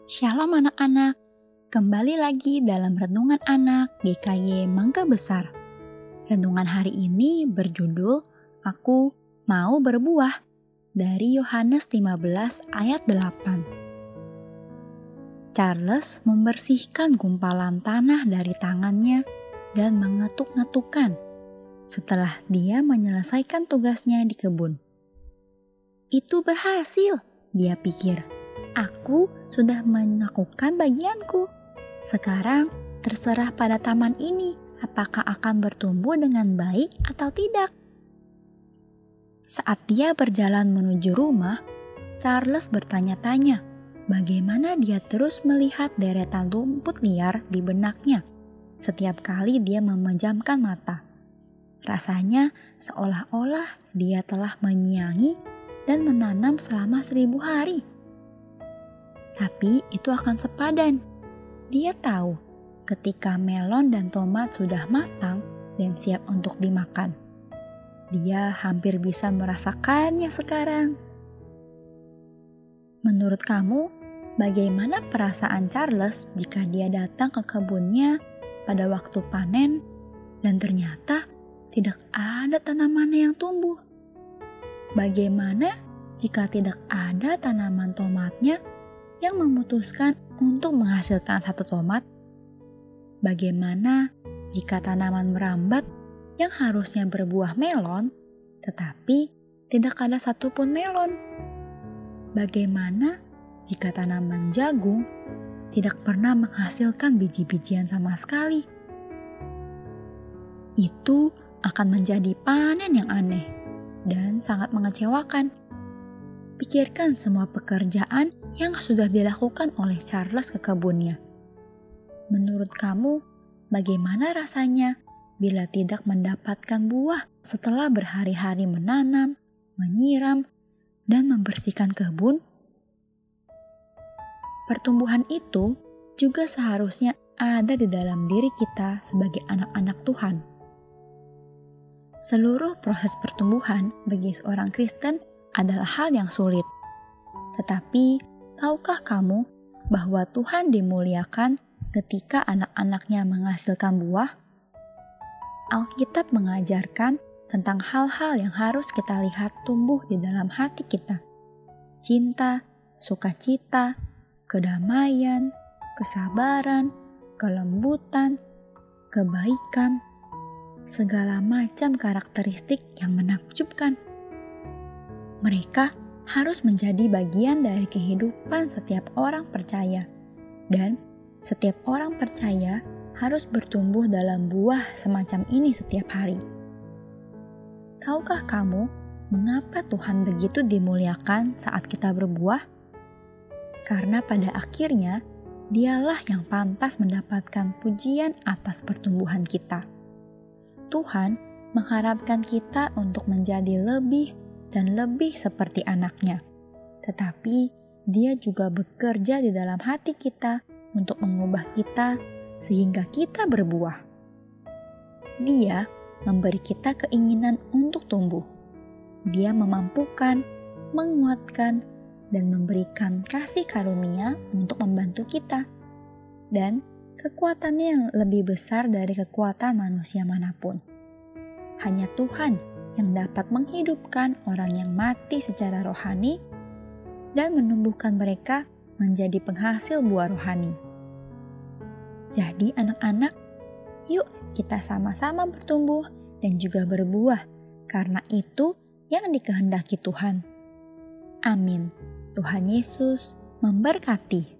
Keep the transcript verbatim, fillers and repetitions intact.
Shalom anak-anak, kembali lagi dalam Renungan Anak G K Y Mangga Besar. Renungan hari ini berjudul Aku Mau Berbuah dari Yohanes lima belas ayat delapan. Charles membersihkan gumpalan tanah dari tangannya dan mengetuk-ngetukkan setelah dia menyelesaikan tugasnya di kebun. Itu berhasil, dia pikir. Aku sudah melakukan bagianku. Sekarang terserah pada taman ini apakah akan bertumbuh dengan baik atau tidak. Saat dia berjalan menuju rumah, Charles bertanya-tanya bagaimana dia terus melihat deretan rumput liar di benaknya setiap kali dia memejamkan mata. Rasanya seolah-olah dia telah menyiangi dan menanam selama seribu hari. Tapi itu akan sepadan. Dia tahu ketika melon dan tomat sudah matang dan siap untuk dimakan. Dia hampir bisa merasakannya sekarang. Menurut kamu, bagaimana perasaan Charles jika dia datang ke kebunnya pada waktu panen dan ternyata tidak ada tanaman yang tumbuh? Bagaimana jika tidak ada tanaman tomatnya yang memutuskan untuk menghasilkan satu tomat? Bagaimana jika tanaman merambat yang harusnya berbuah melon, tetapi tidak ada satupun melon? Bagaimana jika tanaman jagung tidak pernah menghasilkan biji-bijian sama sekali? Itu akan menjadi panen yang aneh dan sangat mengecewakan. Pikirkan semua pekerjaan yang sudah dilakukan oleh Charles ke kebunnya. Menurut kamu, bagaimana rasanya bila tidak mendapatkan buah setelah berhari-hari menanam, menyiram, dan membersihkan kebun? Pertumbuhan itu juga seharusnya ada di dalam diri kita sebagai anak-anak Tuhan. Seluruh proses pertumbuhan bagi seorang Kristen adalah hal yang sulit. Tetapi, tahukah kamu bahwa Tuhan dimuliakan ketika anak-anaknya menghasilkan buah? Alkitab mengajarkan tentang hal-hal yang harus kita lihat tumbuh di dalam hati kita. Cinta, sukacita, kedamaian, kesabaran, kelembutan, kebaikan, segala macam karakteristik yang menakjubkan. Mereka harus menjadi bagian dari kehidupan setiap orang percaya, dan setiap orang percaya harus bertumbuh dalam buah semacam ini setiap hari. Tahukah kamu mengapa Tuhan begitu dimuliakan saat kita berbuah? Karena pada akhirnya Dialah yang pantas mendapatkan pujian atas pertumbuhan kita. Tuhan mengharapkan kita untuk menjadi lebih dan lebih seperti anaknya. Tetapi dia juga bekerja di dalam hati kita untuk mengubah kita sehingga kita berbuah. Dia memberi kita keinginan untuk tumbuh. Dia memampukan, menguatkan, dan memberikan kasih karunia untuk membantu kita. Dan kekuatannya yang lebih besar dari kekuatan manusia manapun. Hanya Tuhan yang dapat menghidupkan orang yang mati secara rohani dan menumbuhkan mereka menjadi penghasil buah rohani. Jadi anak-anak, yuk kita sama-sama bertumbuh dan juga berbuah, karena itu yang dikehendaki Tuhan. Amin. Tuhan Yesus memberkati.